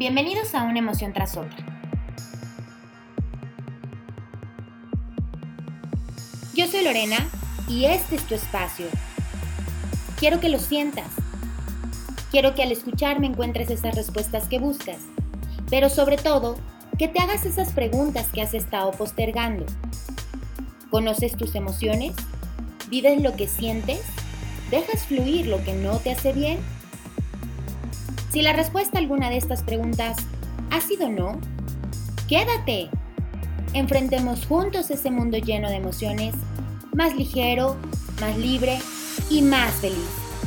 Bienvenidos a Una emoción tras otra. Yo soy Lorena y este es tu espacio. Quiero que lo sientas. Quiero que al escucharme encuentres esas respuestas que buscas, pero sobre todo, que te hagas esas preguntas que has estado postergando. ¿Conoces tus emociones? ¿Vives lo que sientes? ¿Dejas fluir lo que no te hace bien? Si la respuesta a alguna de estas preguntas ha sido no, quédate. Enfrentemos juntos ese mundo lleno de emociones, más ligero, más libre y más feliz.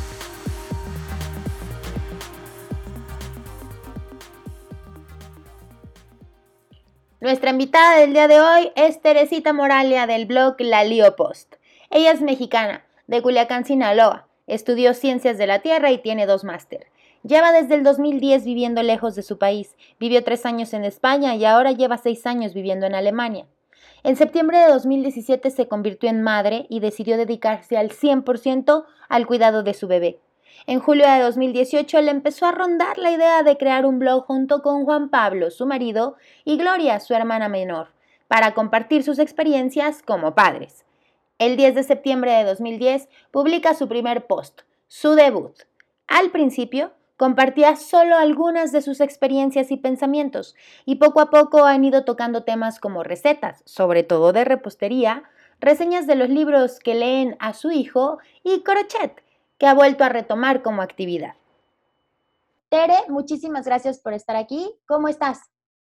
Nuestra invitada del día de hoy es Teresita Moralia del blog La Lío Post. Ella es mexicana, de Culiacán, Sinaloa. Estudió Ciencias de la Tierra y tiene 2 máster. Lleva desde el 2010 viviendo lejos de su país. Vivió 3 años en España y ahora lleva 6 años viviendo en Alemania. En septiembre de 2017 se convirtió en madre y decidió dedicarse al 100% al cuidado de su bebé. En julio de 2018 le empezó a rondar la idea de crear un blog junto con Juan Pablo, su marido, y Gloria, su hermana menor, para compartir sus experiencias como padres. El 10 de septiembre de 2010 publica su primer post, su debut. Al principio, compartía solo algunas de sus experiencias y pensamientos, y poco a poco han ido tocando temas como recetas, sobre todo de repostería, reseñas de los libros que leen a su hijo y crochet, que ha vuelto a retomar como actividad. Tere, muchísimas gracias por estar aquí. ¿Cómo estás?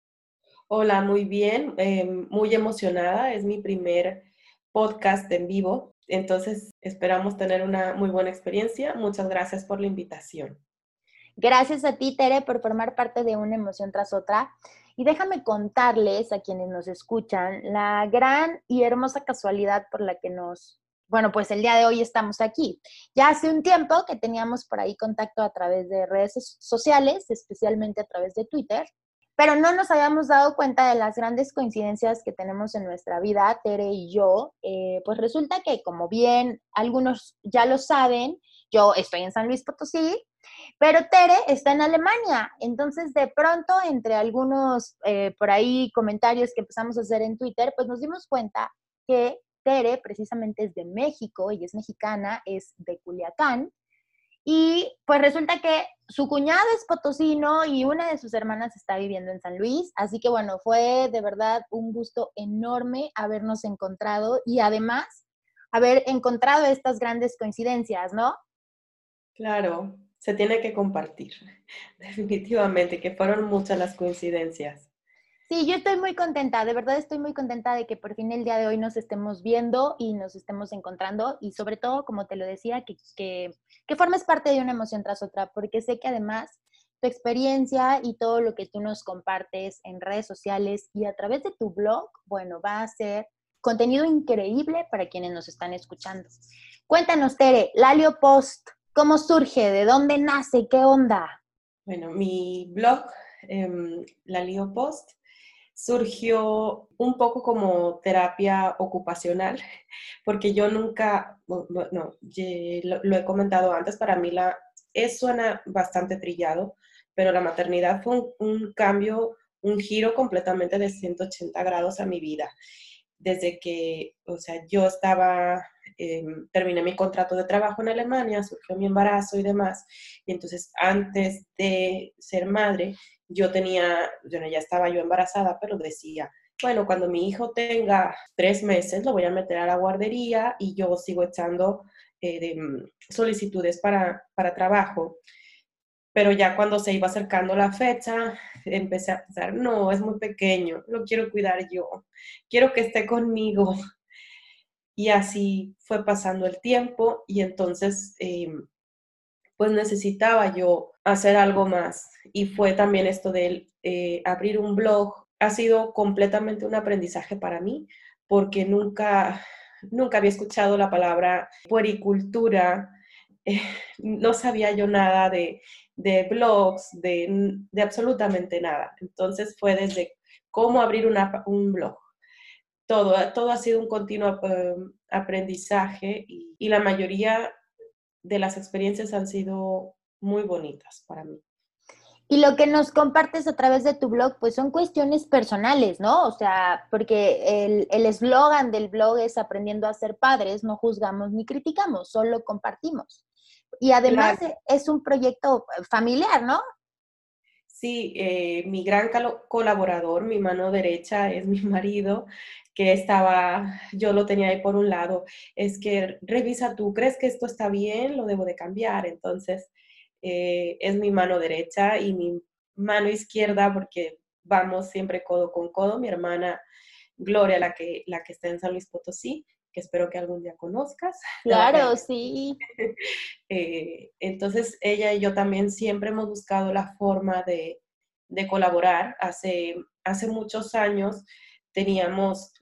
Hola, muy bien, muy emocionada. Es mi primer podcast en vivo, entonces esperamos tener una muy buena experiencia. Muchas gracias por la invitación. Gracias a ti, Tere, por formar parte de Una emoción tras otra. Y déjame contarles a quienes nos escuchan la gran y hermosa casualidad por la que pues el día de hoy estamos aquí. Ya hace un tiempo que teníamos por ahí contacto a través de redes sociales, especialmente a través de Twitter, pero no nos habíamos dado cuenta de las grandes coincidencias que tenemos en nuestra vida, Tere y yo. Pues resulta que, como bien algunos ya lo saben, yo estoy en San Luis Potosí, pero Tere está en Alemania. Entonces, de pronto, entre algunos por ahí comentarios que empezamos a hacer en Twitter, pues nos dimos cuenta que Tere precisamente es de México, ella es mexicana, es de Culiacán, y pues resulta que su cuñado es potosino y una de sus hermanas está viviendo en San Luis. Así que bueno, fue de verdad un gusto enorme habernos encontrado y además haber encontrado estas grandes coincidencias, ¿no? Claro, se tiene que compartir, definitivamente, que fueron muchas las coincidencias. Sí, yo estoy muy contenta, de verdad estoy muy contenta de que por fin el día de hoy nos estemos viendo y nos estemos encontrando y sobre todo, como te lo decía, que formes parte de Una emoción tras otra, porque sé que además tu experiencia y todo lo que tú nos compartes en redes sociales y a través de tu blog, bueno, va a ser contenido increíble para quienes nos están escuchando. Cuéntanos, Tere, Lalio Post, ¿cómo surge? ¿De dónde nace? ¿Qué onda? Bueno, mi blog, La Lío Post, surgió un poco como terapia ocupacional, porque yo nunca, bueno, lo he comentado antes, para mí suena bastante trillado, pero la maternidad fue un cambio, un giro completamente de 180 grados a mi vida. Desde que, o sea, terminé mi contrato de trabajo en Alemania, surgió mi embarazo y demás, y entonces antes de ser madre, ya estaba yo embarazada, pero decía, bueno, cuando mi hijo tenga 3 meses, lo voy a meter a la guardería y yo sigo echando solicitudes para trabajo. Pero ya cuando se iba acercando la fecha, empecé a pensar, no, es muy pequeño, lo quiero cuidar yo, quiero que esté conmigo. Y así fue pasando el tiempo y entonces pues necesitaba yo hacer algo más. Y fue también esto de abrir un blog. Ha sido completamente un aprendizaje para mí porque nunca había escuchado la palabra puericultura. Eh, no sabía yo nada de blogs, de absolutamente nada. Entonces fue desde cómo abrir un blog. Todo ha sido un continuo aprendizaje y la mayoría de las experiencias han sido muy bonitas para mí. Y lo que nos compartes a través de tu blog, pues son cuestiones personales, ¿no? O sea, porque el eslogan del blog es aprendiendo a ser padres, no juzgamos ni criticamos, solo compartimos. Y además Claro, es un proyecto familiar, ¿no? sí, mi gran colaborador, mi mano derecha es mi marido, que estaba, yo lo tenía ahí por un lado, es que revisa tú, ¿crees que esto está bien? Lo debo de cambiar. Entonces, es mi mano derecha y mi mano izquierda, porque vamos siempre codo con codo, mi hermana Gloria, la que está en San Luis Potosí, que espero que algún día conozcas, te va a caer. Claro, sí. Entonces, ella y yo también siempre hemos buscado la forma de colaborar. Hace muchos años teníamos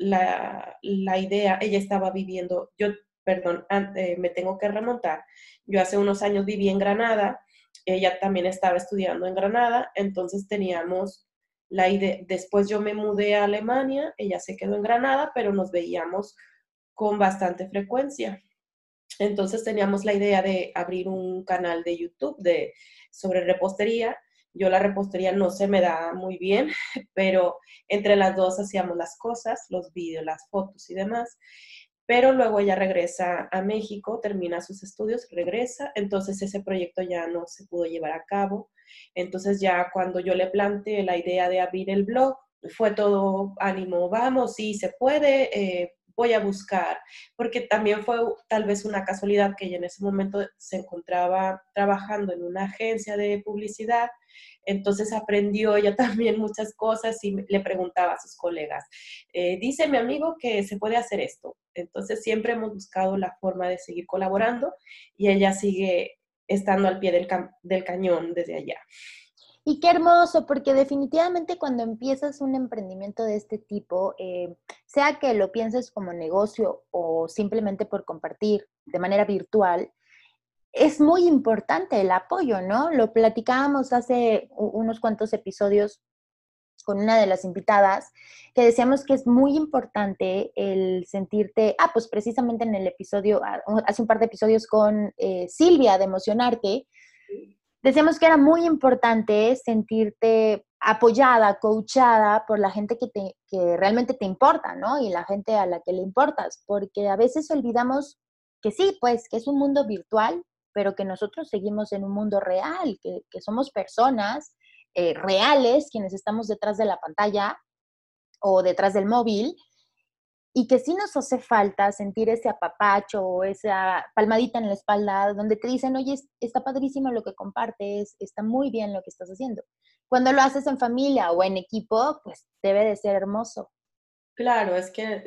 la idea, ella estaba viviendo, yo, perdón, me tengo que remontar. Yo hace unos años viví en Granada, ella también estaba estudiando en Granada, entonces teníamos la idea, después yo me mudé a Alemania, ella se quedó en Granada, pero nos veíamos con bastante frecuencia. Entonces teníamos la idea de abrir un canal de YouTube sobre repostería. Yo la repostería no se me da muy bien, pero entre las dos hacíamos las cosas, los vídeos, las fotos y demás. Pero luego ella regresa a México, termina sus estudios, regresa, entonces ese proyecto ya no se pudo llevar a cabo. Entonces ya cuando yo le planteé la idea de abrir el blog, fue todo ánimo, vamos, sí, se puede, voy a buscar, porque también fue tal vez una casualidad que ella en ese momento se encontraba trabajando en una agencia de publicidad, entonces aprendió ella también muchas cosas y le preguntaba a sus colegas, dice mi amigo que se puede hacer esto, entonces siempre hemos buscado la forma de seguir colaborando y ella sigue estando al pie del cañón desde allá. Y qué hermoso, porque definitivamente cuando empiezas un emprendimiento de este tipo, sea que lo pienses como negocio o simplemente por compartir de manera virtual, es muy importante el apoyo, ¿no? Lo platicábamos hace unos cuantos episodios con una de las invitadas, que decíamos que es muy importante el sentirte, pues precisamente en el episodio, hace un par de episodios con Silvia de Emocionarte, decíamos que era muy importante sentirte apoyada, coachada por la gente que realmente te importa, ¿no? Y la gente a la que le importas, porque a veces olvidamos que sí, pues, que es un mundo virtual, pero que nosotros seguimos en un mundo real, que somos personas reales, quienes estamos detrás de la pantalla o detrás del móvil, y que sí nos hace falta sentir ese apapacho o esa palmadita en la espalda donde te dicen, oye, está padrísimo lo que compartes, está muy bien lo que estás haciendo. Cuando lo haces en familia o en equipo, pues debe de ser hermoso. Claro, es que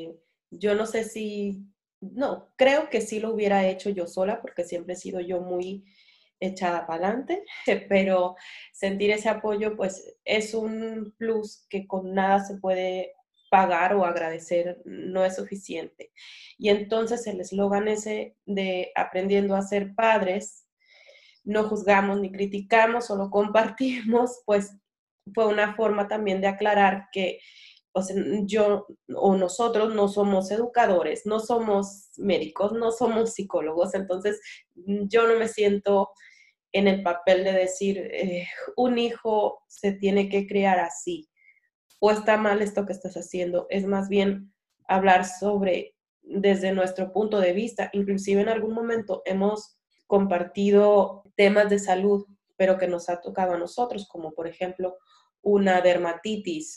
yo no sé si, no, creo que sí lo hubiera hecho yo sola porque siempre he sido yo muy echada para adelante, pero sentir ese apoyo pues es un plus que con nada se puede pagar o agradecer, no es suficiente. Y entonces el eslogan ese de aprendiendo a ser padres, no juzgamos ni criticamos, solo compartimos, pues fue una forma también de aclarar que o sea, yo o nosotros no somos educadores, no somos médicos, no somos psicólogos, entonces yo no me siento en el papel de decir, un hijo se tiene que criar así, o está mal esto que estás haciendo, es más bien hablar sobre desde nuestro punto de vista, inclusive en algún momento hemos compartido temas de salud, pero que nos ha tocado a nosotros, como por ejemplo una dermatitis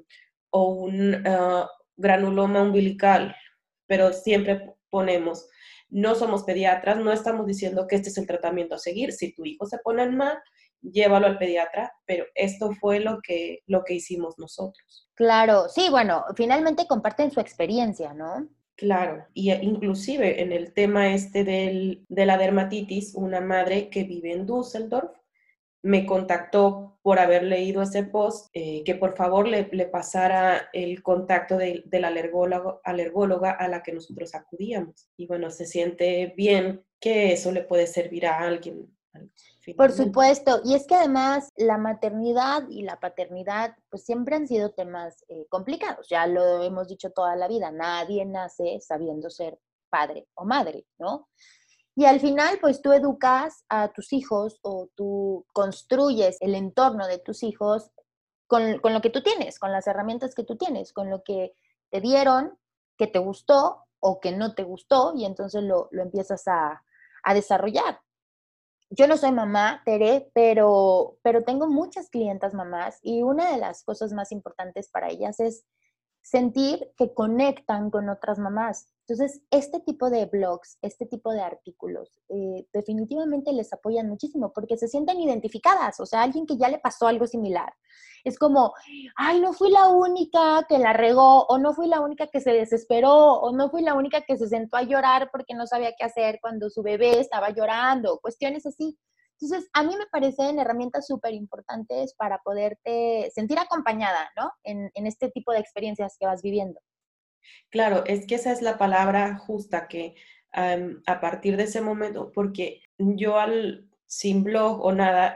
o un granuloma umbilical, pero siempre ponemos, no somos pediatras, no estamos diciendo que este es el tratamiento a seguir. Si tu hijo se pone mal, llévalo al pediatra, pero esto fue lo que hicimos nosotros. Claro, sí, bueno, finalmente comparten su experiencia, ¿no? Claro, y inclusive en el tema este de la dermatitis, una madre que vive en Düsseldorf me contactó por haber leído ese post, que por favor le pasara el contacto de la alergóloga a la que nosotros acudíamos. Y bueno, se siente bien que eso le puede servir a alguien Por finalmente. supuesto, y es que además la maternidad y la paternidad pues siempre han sido temas complicados, ya lo hemos dicho toda la vida, nadie nace sabiendo ser padre o madre, ¿no? Y al final, pues tú educas a tus hijos o tú construyes el entorno de tus hijos con lo que tú tienes, con las herramientas que tú tienes, con lo que te dieron, que te gustó o que no te gustó, y entonces lo empiezas a desarrollar. Yo no soy mamá, Tere, pero tengo muchas clientas mamás y una de las cosas más importantes para ellas es sentir que conectan con otras mamás. Entonces, este tipo de blogs, este tipo de artículos, definitivamente les apoyan muchísimo porque se sienten identificadas, o sea, alguien que ya le pasó algo similar. Es como, ay, no fui la única que la regó, o no fui la única que se desesperó, o no fui la única que se sentó a llorar porque no sabía qué hacer cuando su bebé estaba llorando, cuestiones así. Entonces, a mí me parecen herramientas súper importantes para poderte sentir acompañada, ¿no? En este tipo de experiencias que vas viviendo. Claro, es que esa es la palabra justa que a partir de ese momento, porque yo sin blog o nada,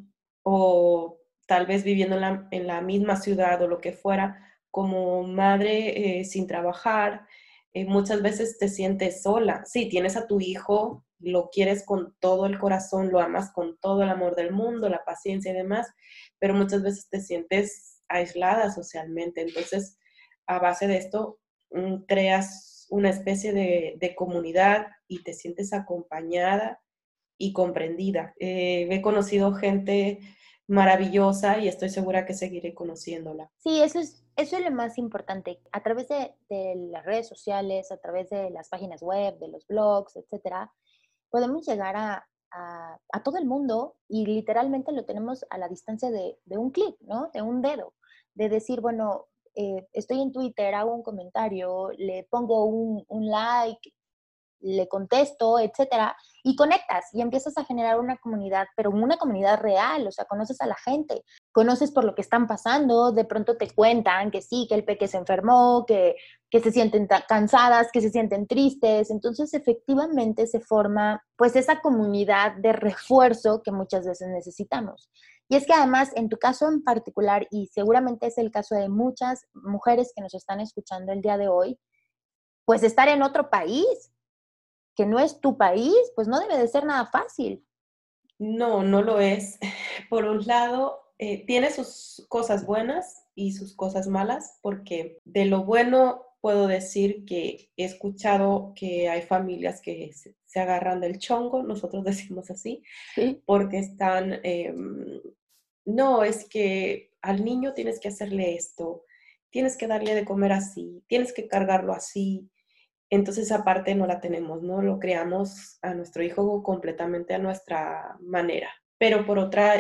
o tal vez viviendo en la misma ciudad o lo que fuera, como madre sin trabajar, muchas veces te sientes sola. Sí, tienes a tu hijo, lo quieres con todo el corazón, lo amas con todo el amor del mundo, la paciencia y demás, pero muchas veces te sientes aislada socialmente. Entonces, a base de esto, creas una especie de comunidad y te sientes acompañada y comprendida. He conocido gente maravillosa y estoy segura que seguiré conociéndola. Sí, eso es lo más importante. A través de las redes sociales, a través de las páginas web, de los blogs, etcétera, podemos llegar a todo el mundo y literalmente lo tenemos a la distancia de un clic, ¿no? De un dedo. De decir, bueno, estoy en Twitter, hago un comentario, le pongo un like, le contesto, etcétera, y conectas y empiezas a generar una comunidad, pero una comunidad real, o sea, conoces a la gente, conoces por lo que están pasando, de pronto te cuentan que sí, que el peque se enfermó, que se sienten cansadas, que se sienten tristes, entonces efectivamente se forma pues esa comunidad de refuerzo que muchas veces necesitamos. Y es que además, en tu caso en particular, y seguramente es el caso de muchas mujeres que nos están escuchando el día de hoy, pues estar en otro país, que no es tu país, pues no debe de ser nada fácil. No, no lo es. Por un lado, tiene sus cosas buenas y sus cosas malas, porque de lo bueno puedo decir que he escuchado que hay familias que se agarran del chongo, nosotros decimos así, Sí. porque están, no, es que al niño tienes que hacerle esto, tienes que darle de comer así, tienes que cargarlo así. Entonces, esa parte no la tenemos, ¿no? Lo creamos a nuestro hijo completamente a nuestra manera. Pero por otra,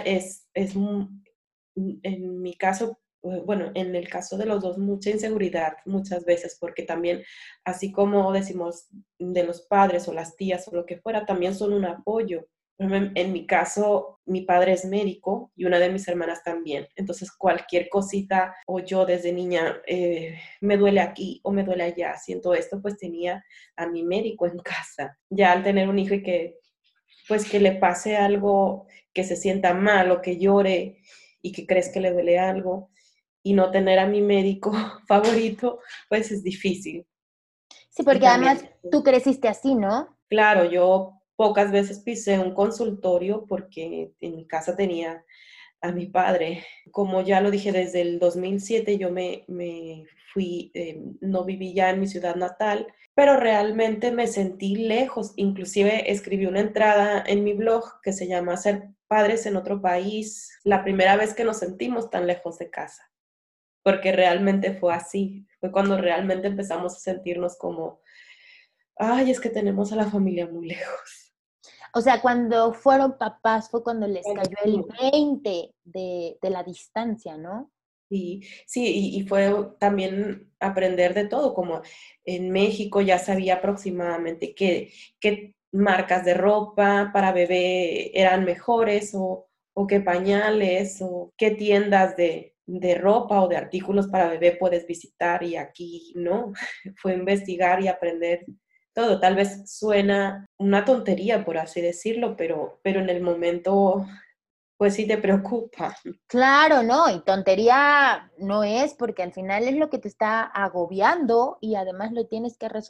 en mi caso, bueno, en el caso de los dos, mucha inseguridad muchas veces, porque también, así como decimos de los padres o las tías o lo que fuera, también son un apoyo. En mi caso, mi padre es médico y una de mis hermanas también. Entonces, cualquier cosita o yo desde niña me duele aquí o me duele allá, siento esto, pues tenía a mi médico en casa. Ya al tener un hijo y que, pues que le pase algo, que se sienta mal o que llore y que crees que le duele algo y no tener a mi médico favorito, pues es difícil. Sí, Y porque además también, tú creciste así, ¿no? claro, yo pocas veces pisé un consultorio porque en mi casa tenía a mi padre. Como ya lo dije, desde el 2007 yo me fui, no viví ya en mi ciudad natal, pero realmente me sentí lejos. Inclusive escribí una entrada en mi blog que se llama Ser padres en otro país, la primera vez que nos sentimos tan lejos de casa, porque realmente fue así. Fue cuando realmente empezamos a sentirnos como, ay, es que tenemos a la familia muy lejos. O sea, cuando fueron papás fue cuando les Cuando cayó el fuimos. 20 de la distancia, ¿no? Sí, sí, y fue también aprender de todo, como en México ya sabía aproximadamente qué marcas de ropa para bebé eran mejores o qué pañales o qué tiendas de ropa o de artículos para bebé puedes visitar y aquí no, fue investigar y aprender todo. Tal vez suena una tontería, por así decirlo, pero en el momento, pues sí te preocupa. Claro, no, y tontería no es porque al final es lo que te está agobiando y además lo tienes que resolver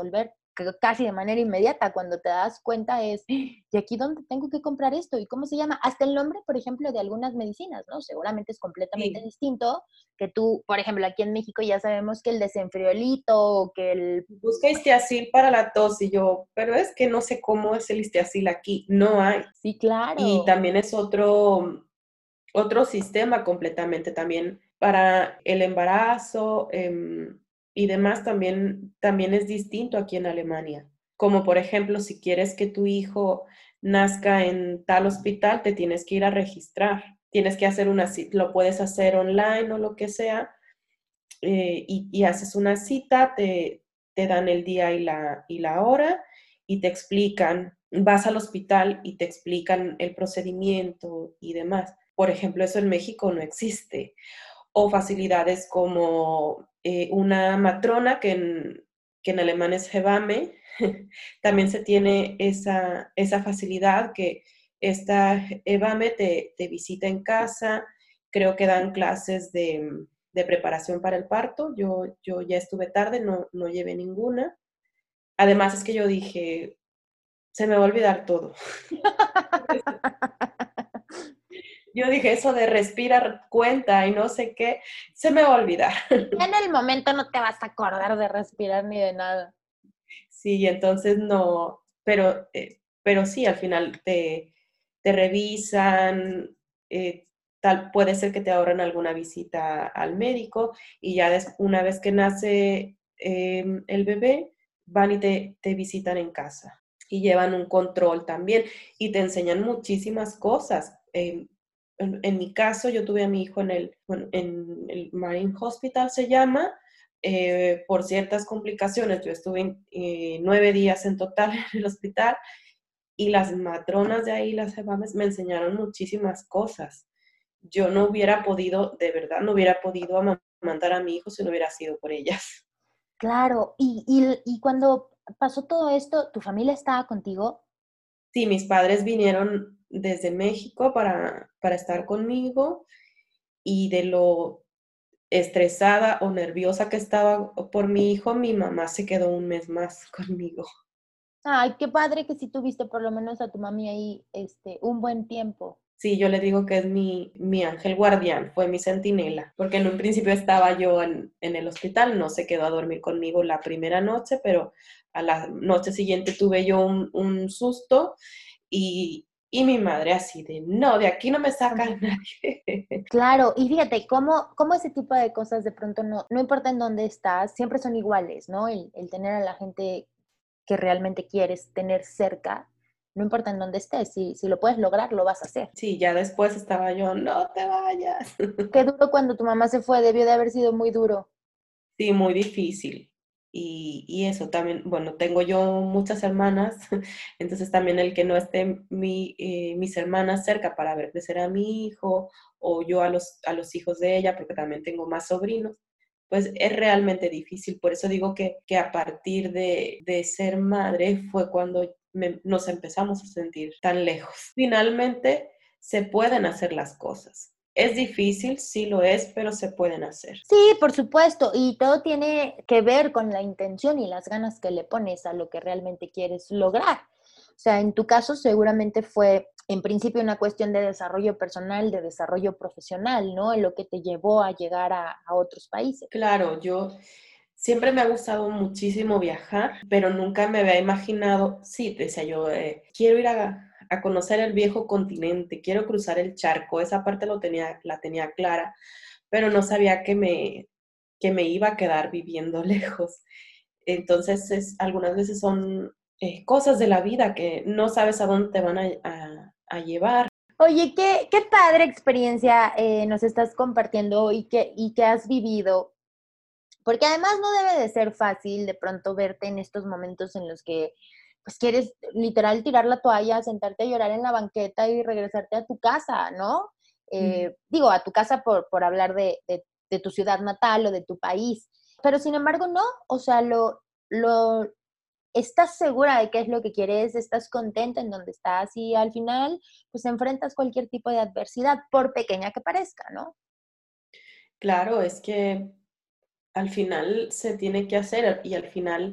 casi de manera inmediata. Cuando te das cuenta es, ¿y aquí dónde tengo que comprar esto? ¿Y cómo se llama? Hasta el nombre, por ejemplo, de algunas medicinas, ¿no? Seguramente es completamente Sí, distinto que tú, por ejemplo, aquí en México ya sabemos que el desenfriolito o que el... busca Istiazil para la tos y yo, pero es que no sé cómo es el Istiazil aquí, no hay. Sí, Y claro. también es otro sistema completamente también para el embarazo y demás también es distinto aquí en Alemania. Como por ejemplo, si quieres que tu hijo nazca en tal hospital, te tienes que ir a registrar. Tienes que hacer una cita, lo puedes hacer online o lo que sea, y haces una cita, te dan el día y la hora y te explican, vas al hospital y te explican el procedimiento y demás. Por ejemplo, eso en México no existe. O facilidades como una matrona, que en alemán es Hebamme, también se tiene esa facilidad que esta Hebamme te visita en casa, creo que dan clases de preparación para el parto. Yo ya estuve tarde, no llevé ninguna. Además es que yo dije, se me va a olvidar todo. Yo dije, eso de respirar cuenta y no sé qué, se me va a olvidar. Ya en el momento no te vas a acordar de respirar ni de nada. Sí, entonces no, pero sí, al final te revisan, puede ser que te ahorren alguna visita al médico y ya una vez que nace el bebé, van y te visitan en casa y llevan un control también y te enseñan muchísimas cosas. En mi caso, yo tuve a mi hijo en el Marine Hospital, se llama, por ciertas complicaciones. Yo estuve 9 días en total en el hospital y las matronas de ahí, las jefames, me enseñaron muchísimas cosas. Yo no hubiera podido, de verdad, no hubiera podido amamantar a mi hijo si no hubiera sido por ellas. Claro, y cuando pasó todo esto, ¿tu familia estaba contigo? Sí, mis padres vinieron desde México para estar conmigo y de lo estresada o nerviosa que estaba por mi hijo, mi mamá se quedó un mes más conmigo. Ay, qué padre que sí tuviste por lo menos a tu mami ahí, un buen tiempo. Sí, yo le digo que es mi ángel guardián, fue mi centinela, porque en un principio estaba yo en el hospital, no se quedó a dormir conmigo la primera noche, pero a la noche siguiente tuve yo un susto y mi madre así de, no, de aquí no me saca nadie. Claro, y fíjate, cómo ese tipo de cosas de pronto no importa en dónde estás, siempre son iguales, ¿no? El tener a la gente que realmente quieres tener cerca, no importa en dónde estés, si lo puedes lograr, lo vas a hacer. Sí, ya después estaba yo, no te vayas. Qué duro cuando tu mamá se fue, debió de haber sido muy duro. Sí, muy difícil. Y eso también, bueno, tengo yo muchas hermanas, entonces también el que no esté mis hermanas cerca para ver crecer a mi hijo o yo a los hijos de ella, porque también tengo más sobrinos, pues es realmente difícil. Por eso digo que a partir de ser madre fue cuando nos empezamos a sentir tan lejos. Finalmente se pueden hacer las cosas. Es difícil, sí lo es, pero se pueden hacer. Sí, por supuesto, y todo tiene que ver con la intención y las ganas que le pones a lo que realmente quieres lograr. O sea, en tu caso seguramente fue en principio una cuestión de desarrollo personal, de desarrollo profesional, ¿no? En lo que te llevó a llegar a otros países. Claro, yo siempre me ha gustado muchísimo viajar, pero nunca me había imaginado, sí, decía yo, quiero ir a conocer el viejo continente, quiero cruzar el charco, esa parte la tenía clara, pero no sabía que me iba a quedar viviendo lejos. Entonces, algunas veces son cosas de la vida que no sabes a dónde te van a llevar. Oye, qué padre experiencia nos estás compartiendo y que has vivido. Porque además no debe de ser fácil de pronto verte en estos momentos en los que pues quieres literal tirar la toalla, sentarte a llorar en la banqueta y regresarte a tu casa, ¿no? Digo, a tu casa por hablar de tu ciudad natal o de tu país. Pero sin embargo, no, o sea, lo, estás segura de qué es lo que quieres, estás contenta en donde estás y al final, pues enfrentas cualquier tipo de adversidad, por pequeña que parezca, ¿no? Claro, es que al final se tiene que hacer y al final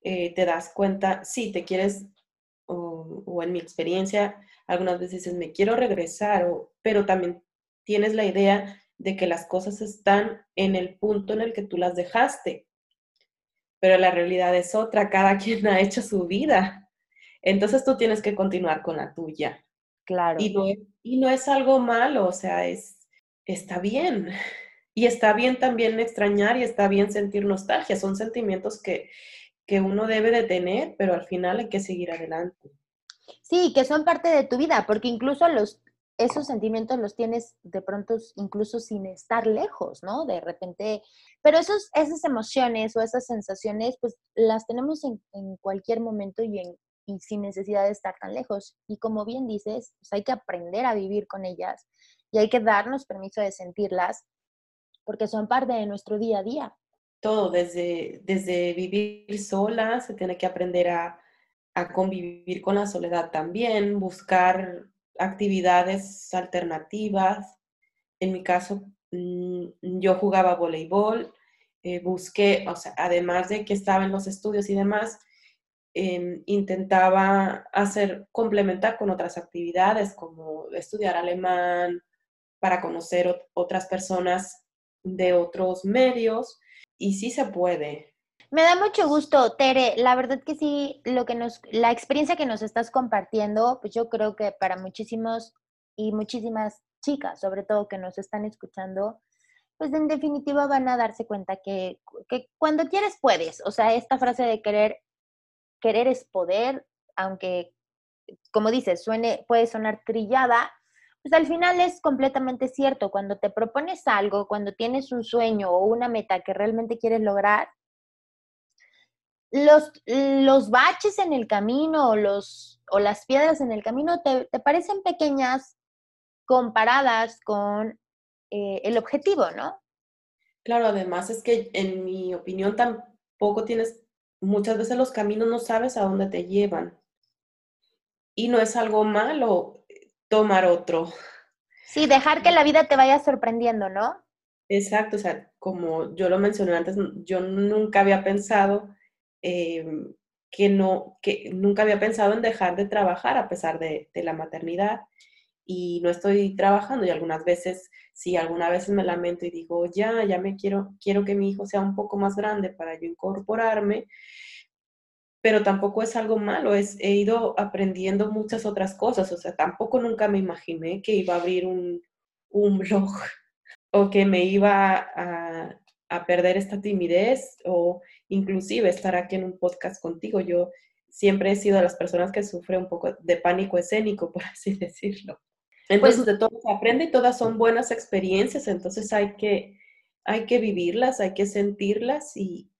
te das cuenta, sí, te quieres, o en mi experiencia, algunas veces dices, me quiero regresar, pero también tienes la idea de que las cosas están en el punto en el que tú las dejaste, pero la realidad es otra, cada quien ha hecho su vida. Entonces tú tienes que continuar con la tuya. Claro. Y no es algo malo, o sea, está bien. Y está bien también extrañar y está bien sentir nostalgia. Son sentimientos que uno debe de tener, pero al final hay que seguir adelante. Sí, que son parte de tu vida, porque incluso esos sentimientos los tienes de pronto incluso sin estar lejos, ¿no? De repente, pero esas emociones o esas sensaciones, pues las tenemos en cualquier momento y sin necesidad de estar tan lejos. Y como bien dices, pues hay que aprender a vivir con ellas y hay que darnos permiso de sentirlas porque son parte de nuestro día a día. Todo, desde vivir sola, se tiene que aprender a convivir con la soledad también, buscar actividades alternativas. En mi caso, yo jugaba voleibol, busqué, o sea, además de que estaba en los estudios y demás, intentaba complementar con otras actividades como estudiar alemán para conocer otras personas de otros medios y sí se puede. Me da mucho gusto, Tere. La verdad que sí, la experiencia que nos estás compartiendo, pues yo creo que para muchísimos y muchísimas chicas, sobre todo que nos están escuchando, pues en definitiva van a darse cuenta que cuando quieres puedes. O sea, esta frase de querer es poder, aunque, como dices, puede sonar trillada, pues al final es completamente cierto. Cuando te propones algo, cuando tienes un sueño o una meta que realmente quieres lograr, los baches en el camino o las piedras en el camino te parecen pequeñas comparadas con el objetivo, ¿no? Claro, además es que en mi opinión tampoco tienes, muchas veces los caminos no sabes a dónde te llevan y no es algo malo tomar otro. Sí, dejar que la vida te vaya sorprendiendo, ¿no? Exacto, o sea, como yo lo mencioné antes, yo nunca había pensado que nunca había pensado en dejar de trabajar a pesar de la maternidad y no estoy trabajando y algunas veces, sí, algunas veces me lamento y digo, ya quiero que mi hijo sea un poco más grande para yo incorporarme, pero tampoco es algo malo, he ido aprendiendo muchas otras cosas, o sea, tampoco nunca me imaginé que iba a abrir un blog o que me iba a perder esta timidez o inclusive estar aquí en un podcast contigo. Yo siempre he sido de las personas que sufre un poco de pánico escénico, por así decirlo. Pues Entonces, de todo se aprende y todas son buenas experiencias, entonces hay que vivirlas, hay que sentirlas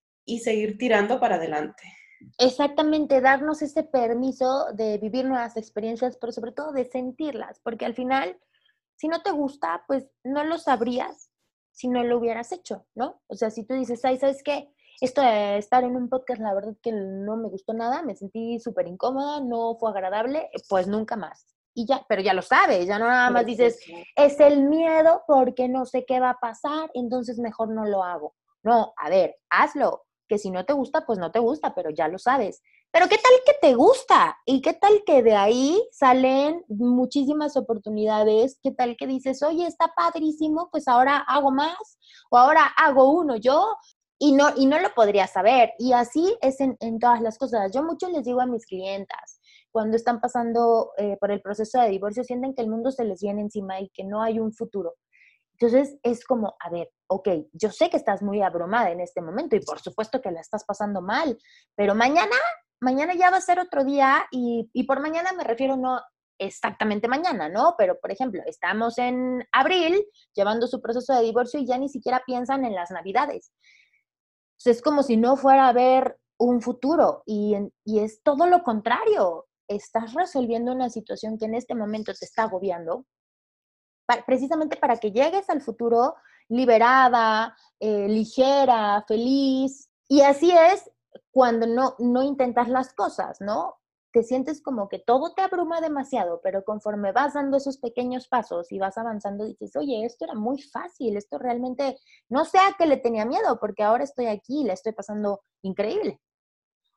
y seguir tirando para adelante. exactamente, darnos ese permiso de vivir nuevas experiencias, pero sobre todo de sentirlas, porque al final, si no te gusta, pues no lo sabrías si no lo hubieras hecho, ¿no? O sea, si tú dices, ay, ¿sabes qué? Esto de estar en un podcast, la verdad que no me gustó nada, me sentí súper incómoda, no fue agradable, pues nunca más. Y ya, pero ya lo sabes, ya no nada más dices, es el miedo porque no sé qué va a pasar, entonces mejor no lo hago. No, a ver, hazlo, que si no te gusta, pues no te gusta, pero ya lo sabes. Pero ¿qué tal que te gusta? ¿Y qué tal que de ahí salen muchísimas oportunidades? ¿Qué tal que dices, oye, está padrísimo, pues ahora hago más o ahora hago uno yo? Y no lo podría saber. Y así es en todas las cosas. Yo mucho les digo a mis clientas, cuando están pasando por el proceso de divorcio, sienten que el mundo se les viene encima y que no hay un futuro. Entonces es como, a ver, ok, yo sé que estás muy abrumada en este momento y por supuesto que la estás pasando mal, pero mañana ya va a ser otro día y por mañana me refiero no exactamente mañana, ¿no? Pero por ejemplo, estamos en abril llevando su proceso de divorcio y ya ni siquiera piensan en las navidades. Entonces es como si no fuera a haber un futuro y es todo lo contrario. Estás resolviendo una situación que en este momento te está agobiando precisamente para que llegues al futuro liberada, ligera, feliz. Y así es cuando no intentas las cosas, ¿no? Te sientes como que todo te abruma demasiado, pero conforme vas dando esos pequeños pasos y vas avanzando, dices, oye, esto era muy fácil, esto realmente, no sé a qué le tenía miedo, porque ahora estoy aquí y la estoy pasando increíble.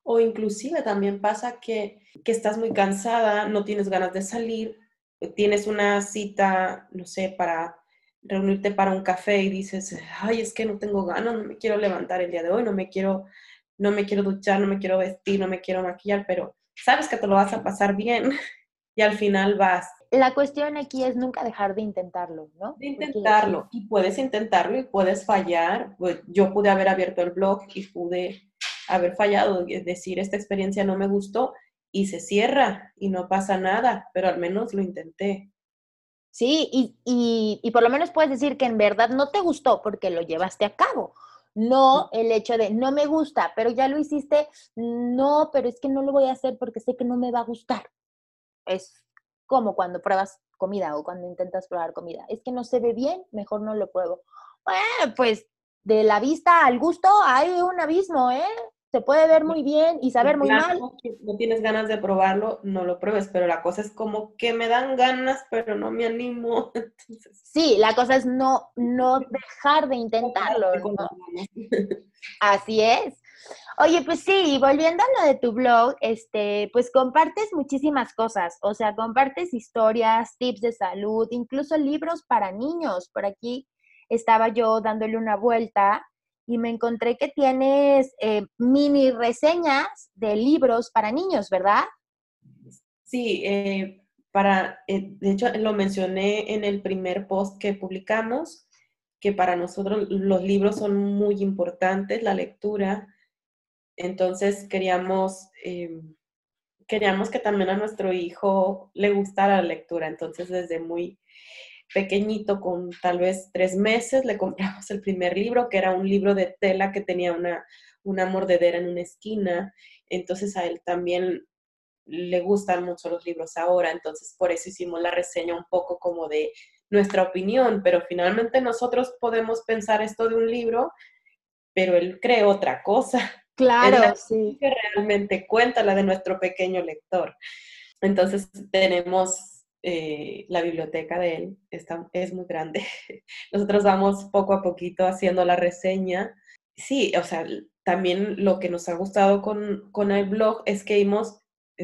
O inclusive también pasa que estás muy cansada, no tienes ganas de salir, tienes una cita, no sé, para reunirte para un café y dices, ay, es que no tengo ganas, no me quiero levantar el día de hoy, no me quiero duchar, no me quiero vestir, no me quiero maquillar, pero sabes que te lo vas a pasar bien y al final vas. La cuestión aquí es nunca dejar de intentarlo, ¿no? De Porque intentarlo y puedes intentarlo y puedes fallar. Pues, yo pude haber abierto el blog y pude haber fallado, es decir, esta experiencia no me gustó y se cierra y no pasa nada, pero al menos lo intenté. sí, y por lo menos puedes decir que en verdad no te gustó porque lo llevaste a cabo. No el hecho de no me gusta, pero ya lo hiciste, no, pero es que no lo voy a hacer porque sé que no me va a gustar. Es como cuando pruebas comida o cuando intentas probar comida. Es que no se ve bien, mejor no lo pruebo. Bueno, pues de la vista al gusto hay un abismo, ¿eh? Se puede ver muy bien y De saber muy mal. plano, que no tienes ganas de probarlo, no lo pruebes, pero la cosa es como que me dan ganas, pero no me animo. Entonces, Sí, la cosa es no dejar de intentarlo, con ¿no? las ganas. Así es. Oye, pues sí, volviendo a lo de tu blog, pues compartes muchísimas cosas, o sea, compartes historias, tips de salud, incluso libros para niños. Por aquí estaba yo dándole una vuelta y me encontré que tienes mini reseñas de libros para niños, ¿verdad? Sí, de hecho lo mencioné en el primer post que publicamos, que para nosotros los libros son muy importantes, la lectura, entonces queríamos que también a nuestro hijo le gustara la lectura, entonces desde muy pequeñito, con tal vez 3 meses, le compramos el primer libro, que era un libro de tela que tenía una mordedera en una esquina, entonces a él también le gustan mucho los libros ahora, entonces por eso hicimos la reseña un poco como de nuestra opinión, pero finalmente nosotros podemos pensar esto de un libro, pero él cree otra cosa. Es la Claro, sí. que realmente cuenta, la de nuestro pequeño lector. Entonces tenemos la biblioteca de él, es muy grande. Nosotros vamos poco a poquito haciendo la reseña. Sí, o sea, también lo que nos ha gustado con el blog es que hemos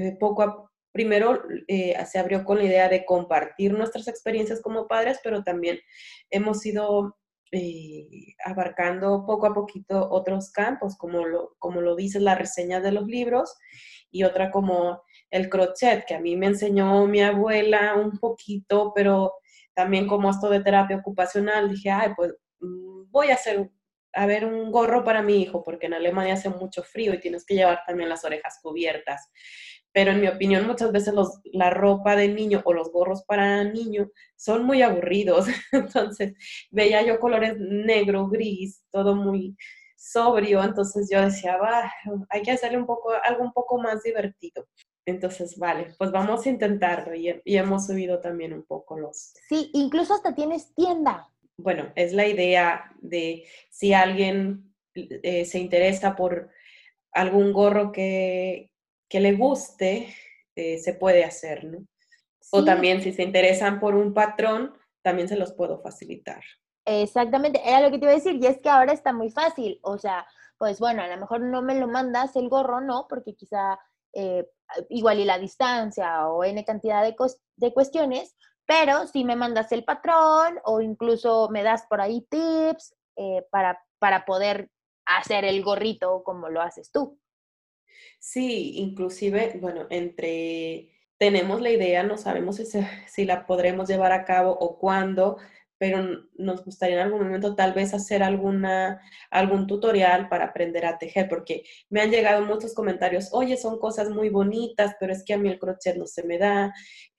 primero se abrió con la idea de compartir nuestras experiencias como padres, pero también hemos ido abarcando poco a poquito otros campos, como lo dice la reseña de los libros, y otra como el crochet, que a mí me enseñó mi abuela un poquito, pero también como esto de terapia ocupacional, dije, ay, pues voy a ver un gorro para mi hijo, porque en Alemania hace mucho frío y tienes que llevar también las orejas cubiertas. Pero en mi opinión, muchas veces la ropa de niño o los gorros para niño son muy aburridos. Entonces, veía yo colores negro, gris, todo muy sobrio. Entonces yo decía, va, hay que hacerle algo un poco más divertido. Entonces, vale, pues vamos a intentarlo y hemos subido también un poco Sí, incluso hasta tienes tienda. bueno, es la idea de si alguien se interesa por algún gorro que le guste, se puede hacer, ¿no? O Sí, también si se interesan por un patrón, también se los puedo facilitar. exactamente, era lo que te iba a decir, y es que ahora está muy fácil, o sea, pues bueno, a lo mejor no me lo mandas el gorro, no, porque quizá eh, igual y la distancia o N cantidad de cuestiones, pero si me mandas el patrón o incluso me das por ahí tips para poder hacer el gorrito como lo haces tú. Sí, inclusive, bueno, tenemos la idea, no sabemos si la podremos llevar a cabo o cuándo, pero nos gustaría en algún momento tal vez hacer algún tutorial para aprender a tejer, porque me han llegado muchos comentarios, oye, son cosas muy bonitas, pero es que a mí el crochet no se me da,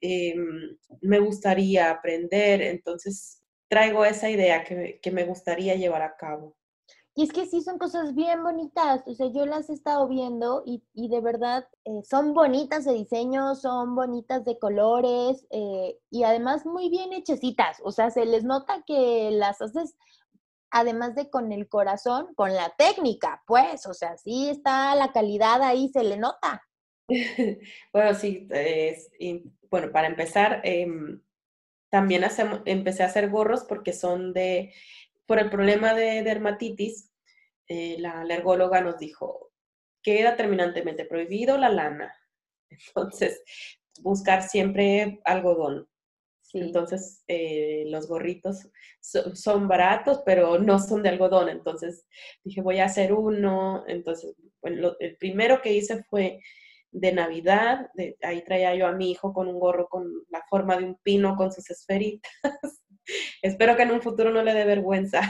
me gustaría aprender, entonces traigo esa idea que me gustaría llevar a cabo. Y es que sí son cosas bien bonitas, o sea, yo las he estado viendo y de verdad son bonitas de diseño, son bonitas de colores y además muy bien hechecitas, o sea, se les nota que las haces además de con el corazón, con la técnica, pues, o sea, sí está la calidad ahí, se le nota. Bueno, sí, bueno, para empezar, también empecé a hacer gorros porque por el problema de dermatitis, la alergóloga nos dijo, queda terminantemente prohibido la lana. Entonces, buscar siempre algodón. Sí. Entonces, los gorritos son baratos, pero no son de algodón. Entonces, dije, voy a hacer uno. Entonces, bueno, el primero que hice fue de Navidad. Ahí traía yo a mi hijo con un gorro con la forma de un pino con sus esferitas. Espero que en un futuro no le dé vergüenza.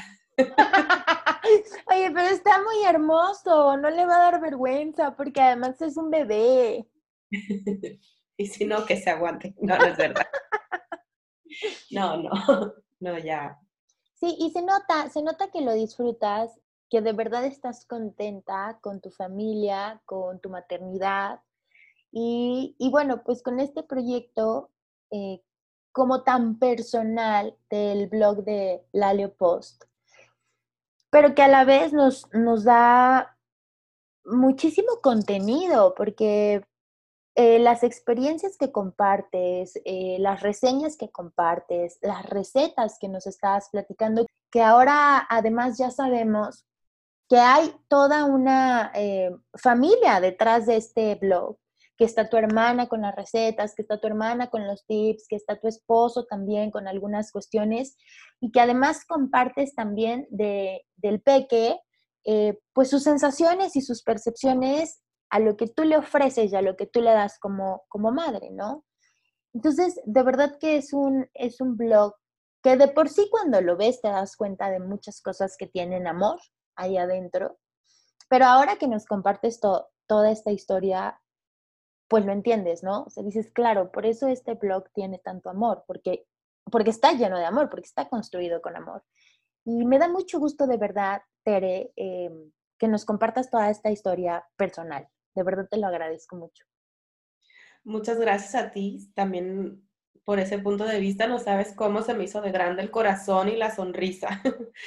Oye, pero está muy hermoso, no le va a dar vergüenza porque además es un bebé. Y si no, que se aguante. No, no es verdad. No, no, no, ya. Sí, y se nota que lo disfrutas, que de verdad estás contenta con tu familia, con tu maternidad. Y bueno, pues con este proyecto, eh, como tan personal del blog de Lalio Post, pero que a la vez nos da muchísimo contenido, porque las experiencias que compartes, las reseñas que compartes, las recetas que nos estabas platicando, que ahora además ya sabemos que hay toda una familia detrás de este blog, que está tu hermana con las recetas, que está tu hermana con los tips, que está tu esposo también con algunas cuestiones y que además compartes también del peque, pues sus sensaciones y sus percepciones a lo que tú le ofreces y a lo que tú le das como madre, ¿no? Entonces, de verdad que es un blog que de por sí cuando lo ves te das cuenta de muchas cosas que tienen amor ahí adentro, pero ahora que nos compartes toda esta historia, pues lo entiendes, ¿no? O sea, dices, claro, por eso este blog tiene tanto amor, porque está lleno de amor, porque está construido con amor. Y me da mucho gusto de verdad, Tere, que nos compartas toda esta historia personal. De verdad te lo agradezco mucho. Muchas gracias a ti también por ese punto de vista. No sabes cómo se me hizo de grande el corazón y la sonrisa.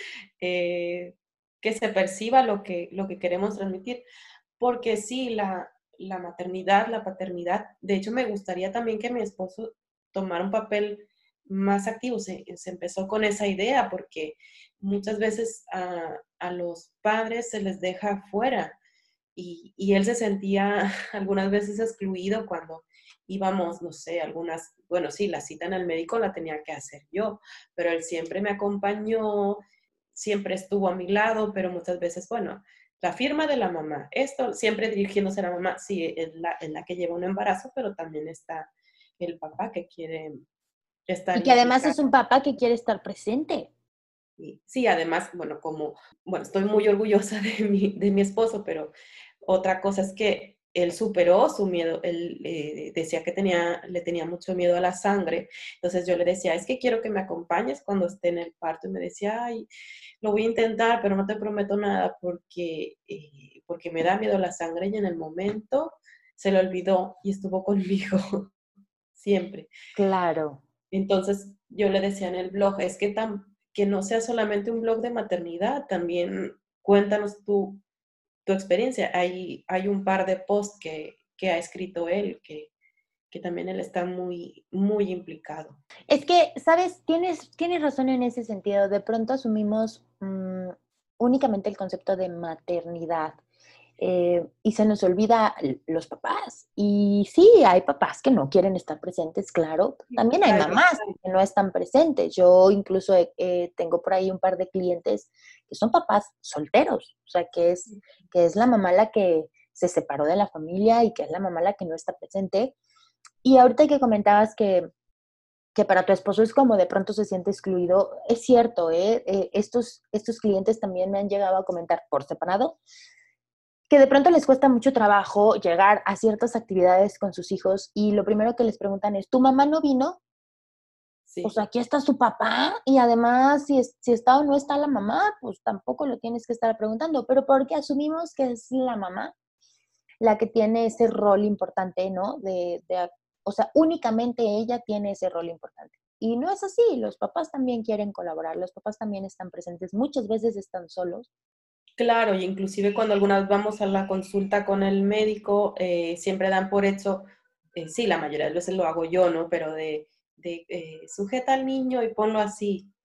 Que se perciba lo que queremos transmitir. Porque sí, la maternidad, la paternidad, de hecho me gustaría también que mi esposo tomara un papel más activo. Se empezó con esa idea porque muchas veces a los padres se les deja fuera y él se sentía algunas veces excluido cuando íbamos, no sé, algunas, bueno, sí, la cita en el médico la tenía que hacer yo, pero él siempre me acompañó, siempre estuvo a mi lado, pero muchas veces, bueno, la firma de la mamá, esto siempre dirigiéndose a la mamá, sí, es la que lleva un embarazo, pero también está el papá que quiere Y estar que además implicado. es un papá que quiere estar presente. Y sí, además, bueno, bueno, estoy muy orgullosa de mi esposo, pero otra cosa es que él superó su miedo, él decía que le tenía mucho miedo a la sangre, entonces yo le decía, es que quiero que me acompañes cuando esté en el parto, y me decía, ay, lo voy a intentar, pero no te prometo nada porque me da miedo la sangre y en el momento se lo olvidó y estuvo conmigo siempre. Claro. Entonces yo le decía en el blog, es que no sea solamente un blog de maternidad, también cuéntanos tu experiencia. Hay un par de posts que ha escrito él, que también él está muy, muy implicado. Es que, ¿sabes? Tienes razón en ese sentido. De pronto asumimos únicamente el concepto de maternidad y se nos olvida los papás. Y sí, hay papás que no quieren estar presentes, claro. También hay Ay, mamás que no están presentes. Yo incluso tengo por ahí un par de clientes que son papás solteros, o sea, que es la mamá la que se separó de la familia y que es la mamá la que no está presente. Y ahorita que comentabas que para tu esposo es como de pronto se siente excluido. Es cierto, ¿eh? Estos clientes también me han llegado a comentar por separado que de pronto les cuesta mucho trabajo llegar a ciertas actividades con sus hijos y lo primero que les preguntan es, ¿tu mamá no vino? Pues sí, aquí está su papá y además si está o no está la mamá, pues tampoco lo tienes que estar preguntando, pero porque asumimos que es la mamá la que tiene ese rol importante, ¿no? O sea, únicamente ella tiene ese rol importante. Y no es así, los papás también quieren colaborar, los papás también están presentes, muchas veces están solos. claro, y inclusive cuando algunas vamos a la consulta con el médico, siempre dan por hecho, sí, la mayoría de veces lo hago yo, ¿no? Pero sujeta al niño y ponlo así.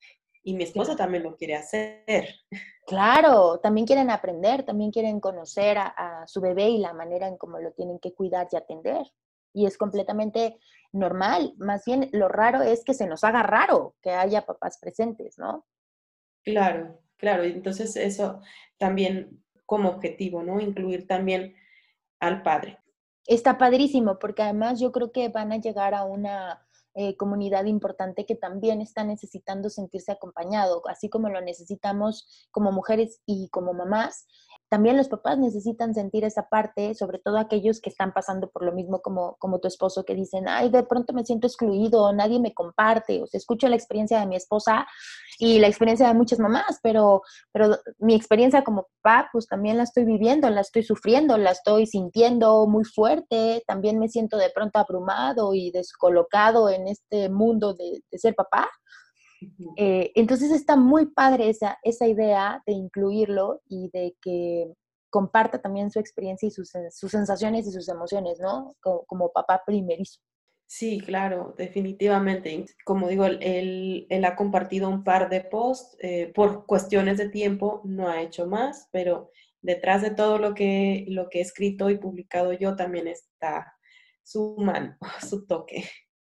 y mi esposo también lo quiere hacer. Claro, también quieren aprender, también quieren conocer a su bebé y la manera en cómo lo tienen que cuidar y atender. Y es completamente normal. Más bien, lo raro es que se nos haga raro que haya papás presentes, ¿no? Claro, claro, y entonces eso también como objetivo, ¿no? Incluir también al padre. Está padrísimo, porque además yo creo que van a llegar a una comunidad importante que también está necesitando sentirse acompañado, así como lo necesitamos como mujeres y como mamás. También los papás necesitan sentir esa parte, sobre todo aquellos que están pasando por lo mismo como tu esposo, que dicen, ay, de pronto me siento excluido, nadie me comparte, o sea, escucho la experiencia de mi esposa y la experiencia de muchas mamás, pero mi experiencia como papá, pues también la estoy viviendo, la estoy sufriendo, la estoy sintiendo muy fuerte, también me siento de pronto abrumado y descolocado en este mundo de ser papá. Ujú. Entonces está muy padre esa idea de incluirlo y de que comparta también su experiencia y sus sensaciones y sus emociones, ¿no? Como papá primerizo. Sí, claro, definitivamente. Y como digo, él ha compartido un par de posts, por cuestiones de tiempo no ha hecho más, pero detrás de todo lo que he escrito y publicado yo también está su mano, su toque.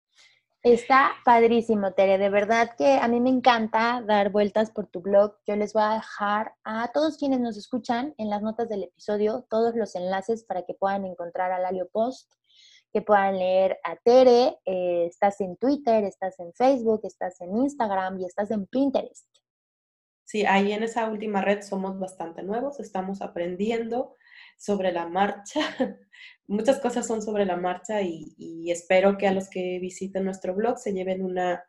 Está padrísimo, Tere. De verdad que a mí me encanta dar vueltas por tu blog. Yo les voy a dejar a todos quienes nos escuchan en las notas del episodio todos los enlaces para que puedan encontrar a Lalio Post, que puedan leer a Tere. Estás en Twitter, estás en Facebook, estás en Instagram y estás en Pinterest. Sí, ahí en esa última red somos bastante nuevos, estamos aprendiendo sobre la marcha. Muchas cosas son sobre la marcha y espero que a los que visiten nuestro blog se lleven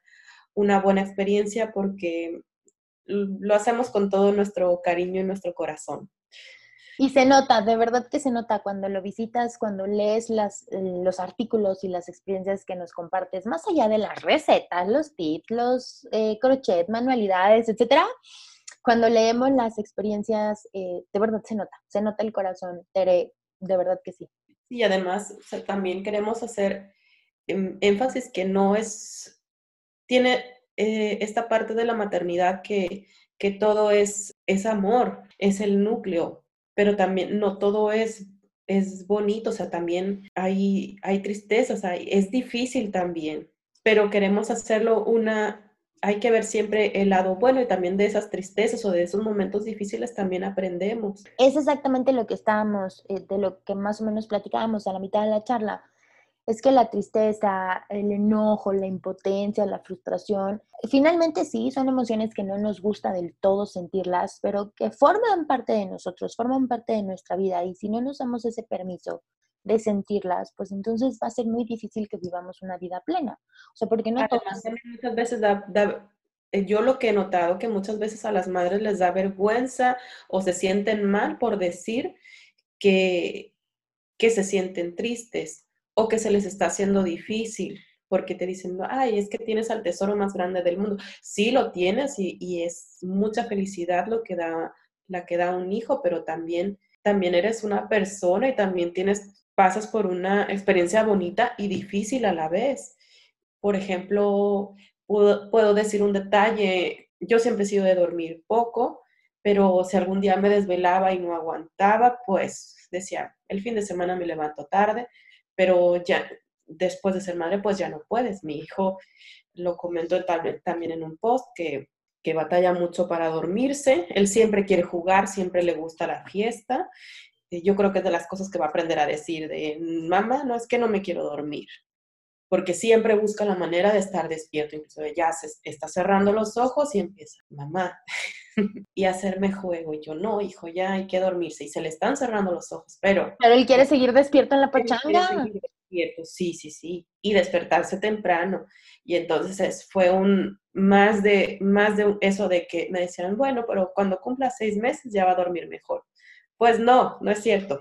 una buena experiencia porque lo hacemos con todo nuestro cariño y nuestro corazón. Y se nota, de verdad que se nota cuando lo visitas, cuando lees los artículos y las experiencias que nos compartes, más allá de las recetas, los tips, los crochet, manualidades, etcétera. Cuando leemos las experiencias, de verdad se nota el corazón, Tere, de verdad que sí. Y además, o sea, también queremos hacer énfasis que no es, tiene esta parte de la maternidad que todo es amor, es el núcleo, pero también no todo es bonito, o sea, también hay tristezas, es difícil también, pero queremos hacerlo hay que ver siempre el lado bueno y también de esas tristezas o de esos momentos difíciles también aprendemos. Es exactamente lo que estábamos, de lo que más o menos platicábamos a la mitad de la charla. Es que la tristeza, el enojo, la impotencia, la frustración, finalmente sí, son emociones que no nos gusta del todo sentirlas, pero que forman parte de nosotros, forman parte de nuestra vida. Y si no nos damos ese permiso de sentirlas, pues entonces va a ser muy difícil que vivamos una vida plena. O sea, porque no todos. Además, también muchas veces yo lo que he notado que muchas veces a las madres les da vergüenza o se sienten mal por decir que, que se sienten tristes o que se les está haciendo difícil, porque te dicen, ay, es que tienes al tesoro más grande del mundo. Sí lo tienes y es mucha felicidad la que da un hijo, pero también eres una persona y también pasas por una experiencia bonita y difícil a la vez. Por ejemplo, puedo decir un detalle, yo siempre he sido de dormir poco, pero si algún día me desvelaba y no aguantaba, pues decía, el fin de semana me levanto tarde, pero ya después de ser madre, pues ya no puedes. Mi hijo lo comentó también en un post que batalla mucho para dormirse, él siempre quiere jugar, siempre le gusta la fiesta. Yo creo que es de las cosas que va a aprender a decir de, mamá, no es que no me quiero dormir, porque siempre busca la manera de estar despierto, incluso ya se está cerrando los ojos y empieza, mamá, y hacerme juego, y yo, no, hijo, ya hay que dormirse, y se le están cerrando los ojos, pero Pero él quiere seguir despierto en la él quiere pachanga. seguir despierto, sí, sí, sí, y despertarse temprano, y entonces fue más de eso de que me decían, bueno, pero cuando cumpla 6 meses ya va a dormir mejor. Pues no, no es cierto.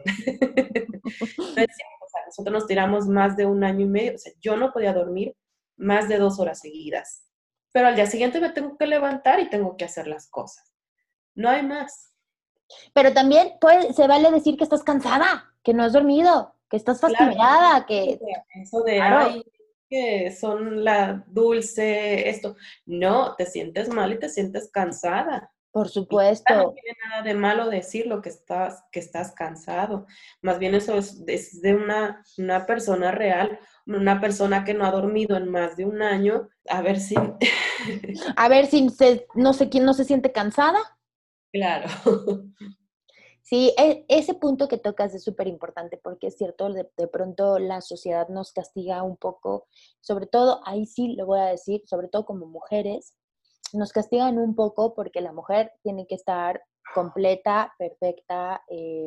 No es cierto, o sea, nosotros nos tiramos más de un año y medio, o sea, yo no podía dormir más de 2 horas seguidas, pero al día siguiente me tengo que levantar y tengo que hacer las cosas. No hay más. Pero también se vale decir que estás cansada, que no has dormido, que estás Claro, fastidiada, que, eso de, ay, claro, que son la dulce, esto. No, te sientes mal y te sientes cansada. Por Y ya no supuesto. tiene nada de malo decirlo que estás cansado. Más bien eso es de una persona real, una persona que no ha dormido en más de un año. A ver si... A ver si no sé quién no se siente cansada. Claro. Sí, ese punto que tocas es súper importante porque es cierto, de pronto la sociedad nos castiga un poco, sobre todo, ahí sí lo voy a decir, sobre todo como mujeres, nos castigan un poco porque la mujer tiene que estar completa, perfecta,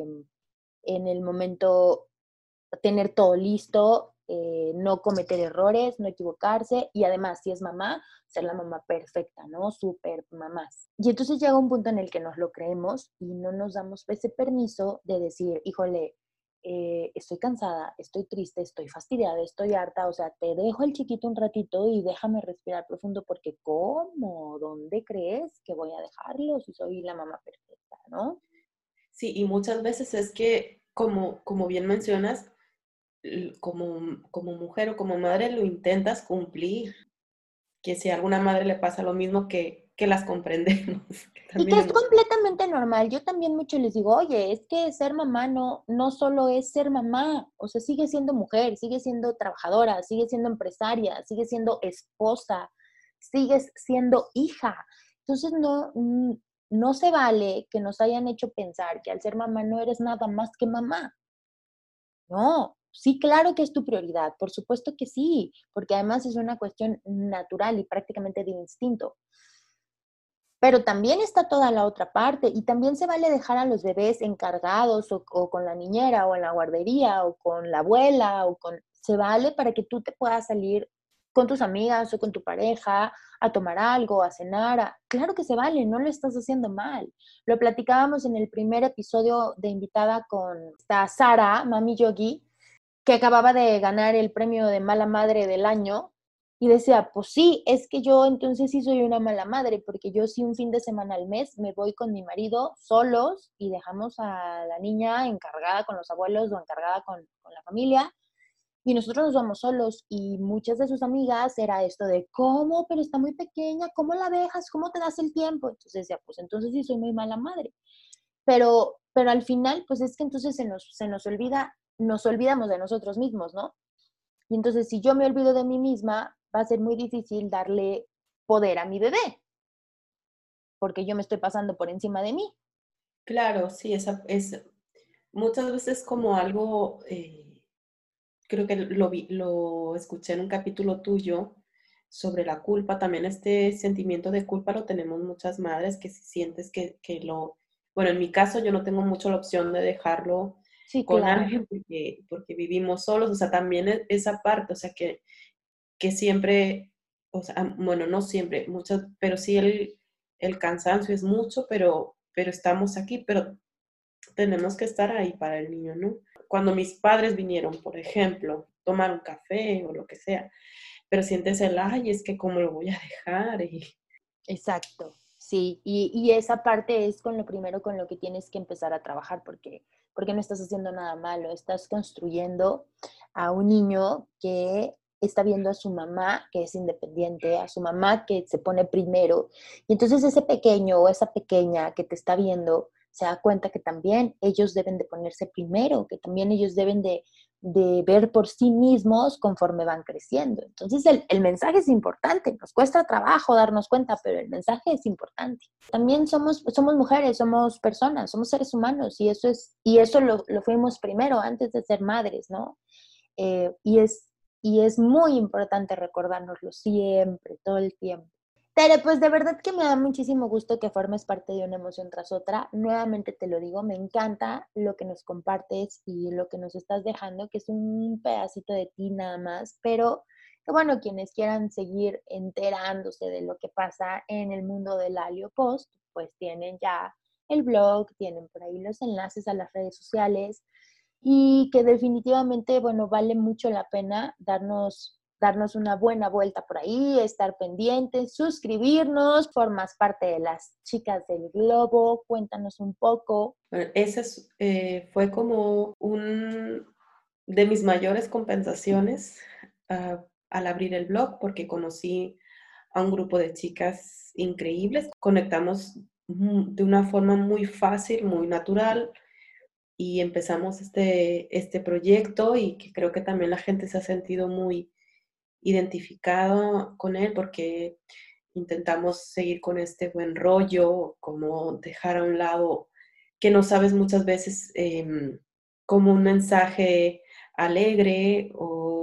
en el momento, tener todo listo, no cometer errores, no equivocarse y además, si es mamá, ser la mamá perfecta, ¿no? Super mamás. Y entonces llega un punto en el que nos lo creemos y no nos damos ese permiso de decir, híjole, estoy cansada, estoy triste, estoy fastidiada, estoy harta, o sea, te dejo el chiquito un ratito y déjame respirar profundo porque ¿cómo? ¿Dónde crees que voy a dejarlo si soy la mamá perfecta, ¿no? Sí, y muchas veces es que, como bien mencionas, como mujer o como madre lo intentas cumplir, que si a alguna madre le pasa lo mismo que las comprendemos, que Y que también es hemos... completamente normal. Yo también mucho les digo, oye, es que ser mamá no solo es ser mamá, o sea, sigue siendo mujer, sigue siendo trabajadora, sigue siendo empresaria, sigue siendo esposa, sigues siendo hija. Entonces no se vale que nos hayan hecho pensar que al ser mamá no eres nada más que mamá. No, sí, claro que es tu prioridad, por supuesto que sí, porque además es una cuestión natural y prácticamente de instinto. Pero también está toda la otra parte y también se vale dejar a los bebés encargados o con la niñera o en la guardería o con la abuela o con... Se vale para que tú te puedas salir con tus amigas o con tu pareja a tomar algo, a cenar. Claro que se vale, no lo estás haciendo mal. Lo platicábamos en el primer episodio de invitada con esta Sara, Mami Yogi, que acababa de ganar el premio de mala madre del año y decía, pues sí, es que yo entonces sí soy una mala madre, porque yo sí un fin de semana al mes me voy con mi marido solos y dejamos a la niña encargada con los abuelos o encargada con la familia y nosotros nos vamos solos y muchas de sus amigas era esto de, ¿cómo? Pero está muy pequeña, ¿cómo la dejas? ¿Cómo te das el tiempo? Entonces decía, pues entonces sí soy muy mala madre. Pero al final, pues es que entonces se nos olvida, nos olvidamos de nosotros mismos, ¿no? Y entonces si yo me olvido de mí misma, va a ser muy difícil darle poder a mi bebé, porque yo me estoy pasando por encima de mí. Claro, sí, es muchas veces como algo, creo que lo escuché en un capítulo tuyo sobre la culpa. También este sentimiento de culpa lo tenemos muchas madres que si sientes que lo, bueno, en mi caso yo no tengo mucho la opción de dejarlo Sí, con claro. alguien porque vivimos solos, o sea, también esa parte, o sea, que siempre, o sea, bueno, no siempre, muchas, pero sí el cansancio es mucho, pero estamos aquí, pero tenemos que estar ahí para el niño, ¿no? Cuando mis padres vinieron, por ejemplo, tomar un café o lo que sea, pero sientes el, ay, es que cómo lo voy a dejar. Exacto, sí, y esa parte es con lo primero con lo que tienes que empezar a trabajar, porque no estás haciendo nada malo, estás construyendo a un niño que está viendo a su mamá que es independiente, a su mamá que se pone primero, y entonces ese pequeño o esa pequeña que te está viendo se da cuenta que también ellos deben de ponerse primero, que también ellos deben de ver por sí mismos conforme van creciendo. Entonces el mensaje es importante, nos cuesta trabajo darnos cuenta, pero el mensaje es importante. También somos mujeres, somos personas, somos seres humanos y eso lo fuimos primero antes de ser madres, ¿no? Eh, y, es, y es muy importante recordárnoslo siempre, todo el tiempo. Tere, pues de verdad que me da muchísimo gusto que formes parte de una emoción tras otra. Nuevamente te lo digo, me encanta lo que nos compartes y lo que nos estás dejando, que es un pedacito de ti nada más, pero que bueno, quienes quieran seguir enterándose de lo que pasa en el mundo del Alio Post, pues tienen ya el blog, tienen por ahí los enlaces a las redes sociales y que definitivamente, bueno, vale mucho la pena darnos una buena vuelta por ahí, estar pendientes, suscribirnos, formas parte de las chicas del globo, cuéntanos un poco. Bueno, fue como un de mis mayores compensaciones, al abrir el blog porque conocí a un grupo de chicas increíbles. Conectamos de una forma muy fácil, muy natural y empezamos este proyecto y que creo que también la gente se ha sentido muy identificado con él porque intentamos seguir con este buen rollo, como dejar a un lado que no sabes muchas veces como un mensaje alegre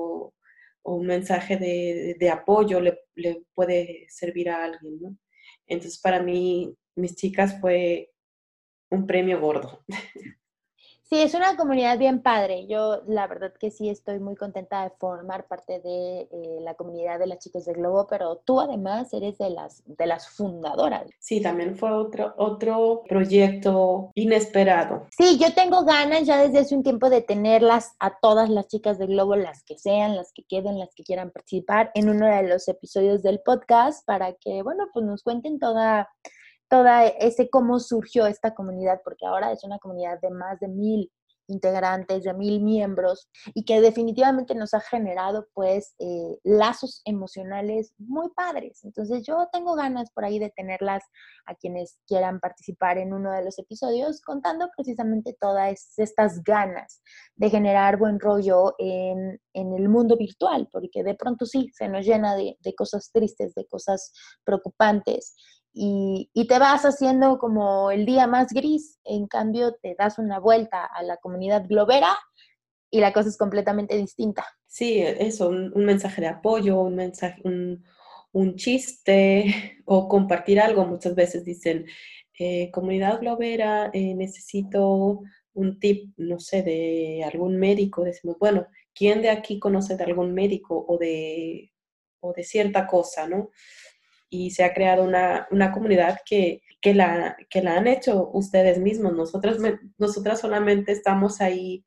o un mensaje de apoyo le puede servir a alguien, ¿no? Entonces, para mí, mis chicas fue un premio gordo. Sí, es una comunidad bien padre. Yo la verdad que sí estoy muy contenta de formar parte de la comunidad de las chicas de Globo, pero tú además eres de las fundadoras. Sí, también fue otro proyecto inesperado. Sí, yo tengo ganas ya desde hace un tiempo de tenerlas a todas las chicas de Globo, las que sean, las que queden, las que quieran participar en uno de los episodios del podcast para que, bueno, pues nos cuenten toda ese cómo surgió esta comunidad, porque ahora es una comunidad de más de 1,000 integrantes, de 1,000 miembros, y que definitivamente nos ha generado pues lazos emocionales muy padres. Entonces yo tengo ganas por ahí de tenerlas a quienes quieran participar en uno de los episodios, contando precisamente todas estas ganas de generar buen rollo en el mundo virtual, porque de pronto sí, se nos llena de cosas tristes, de cosas preocupantes, y te vas haciendo como el día más gris. En cambio, te das una vuelta a la comunidad globera y la cosa es completamente distinta. Sí, eso, un mensaje de apoyo, un mensaje, un chiste o compartir algo. Muchas veces dicen, comunidad globera, necesito un tip, no sé, de algún médico. Decimos, bueno, ¿quién de aquí conoce de algún médico o de cierta cosa, ¿no? Y se ha creado una comunidad que la han hecho ustedes mismos. Nosotras solamente estamos ahí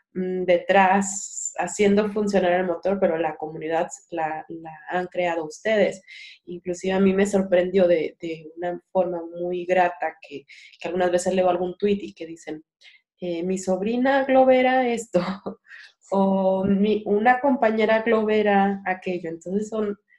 detrás haciendo funcionar el motor, pero la comunidad la han creado ustedes. Inclusive a mí me sorprendió de una forma muy grata que algunas veces leo algún tweet y que dicen, mi sobrina globera esto, o una compañera globera aquello. Entonces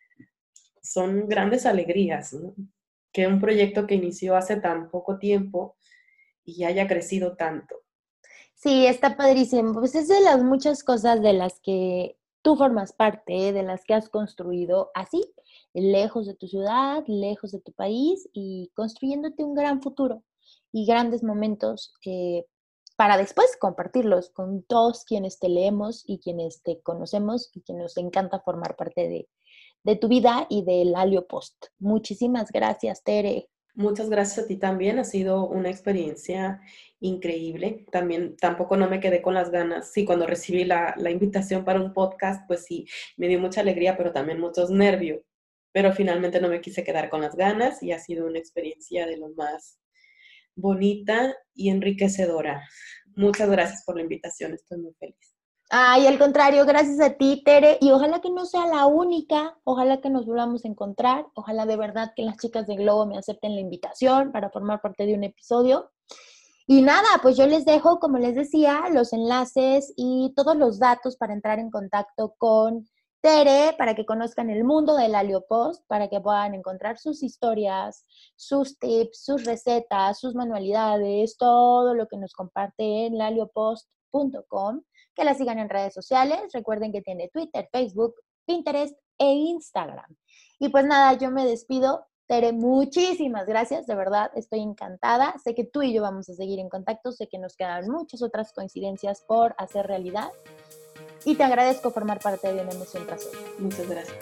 son grandes alegrías, ¿no? Que un proyecto que inició hace tan poco tiempo y haya crecido tanto. Sí, está padrísimo. Pues es de las muchas cosas de las que tú formas parte, de las que has construido así, lejos de tu ciudad, lejos de tu país y construyéndote un gran futuro y grandes momentos para después compartirlos con todos quienes te leemos y quienes te conocemos y quienes nos encanta formar parte de tu vida y del Alio Post. Muchísimas gracias, Tere. Muchas gracias a ti también, ha sido una experiencia increíble. También tampoco no me quedé con las ganas. Sí, cuando recibí la invitación para un podcast, pues sí, me dio mucha alegría, pero también muchos nervios. Pero finalmente no me quise quedar con las ganas y ha sido una experiencia de lo más bonita y enriquecedora. Muchas gracias por la invitación, estoy muy feliz. Ay, al contrario, gracias a ti, Tere, y ojalá que no sea la única, ojalá que nos volvamos a encontrar, ojalá de verdad que las chicas de Globo me acepten la invitación para formar parte de un episodio. Y nada, pues yo les dejo, como les decía, los enlaces y todos los datos para entrar en contacto con Tere, para que conozcan el mundo del Alio Post, para que puedan encontrar sus historias, sus tips, sus recetas, sus manualidades, todo lo que nos comparte en laliopost.com. Que la sigan en redes sociales. Recuerden que tiene Twitter, Facebook, Pinterest e Instagram. Y pues nada, yo me despido. Tere, muchísimas gracias, de verdad, estoy encantada. Sé que tú y yo vamos a seguir en contacto, sé que nos quedan muchas otras coincidencias por hacer realidad. Y te agradezco formar parte de Una Emoción Tras Otra. Muchas gracias.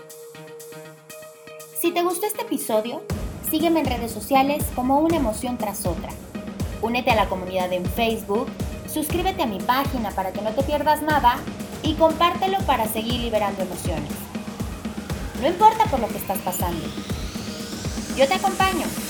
Si te gustó este episodio, sígueme en redes sociales como Una Emoción Tras Otra. Únete a la comunidad en Facebook, suscríbete a mi página para que no te pierdas nada y compártelo para seguir liberando emociones. No importa por lo que estás pasando, yo te acompaño.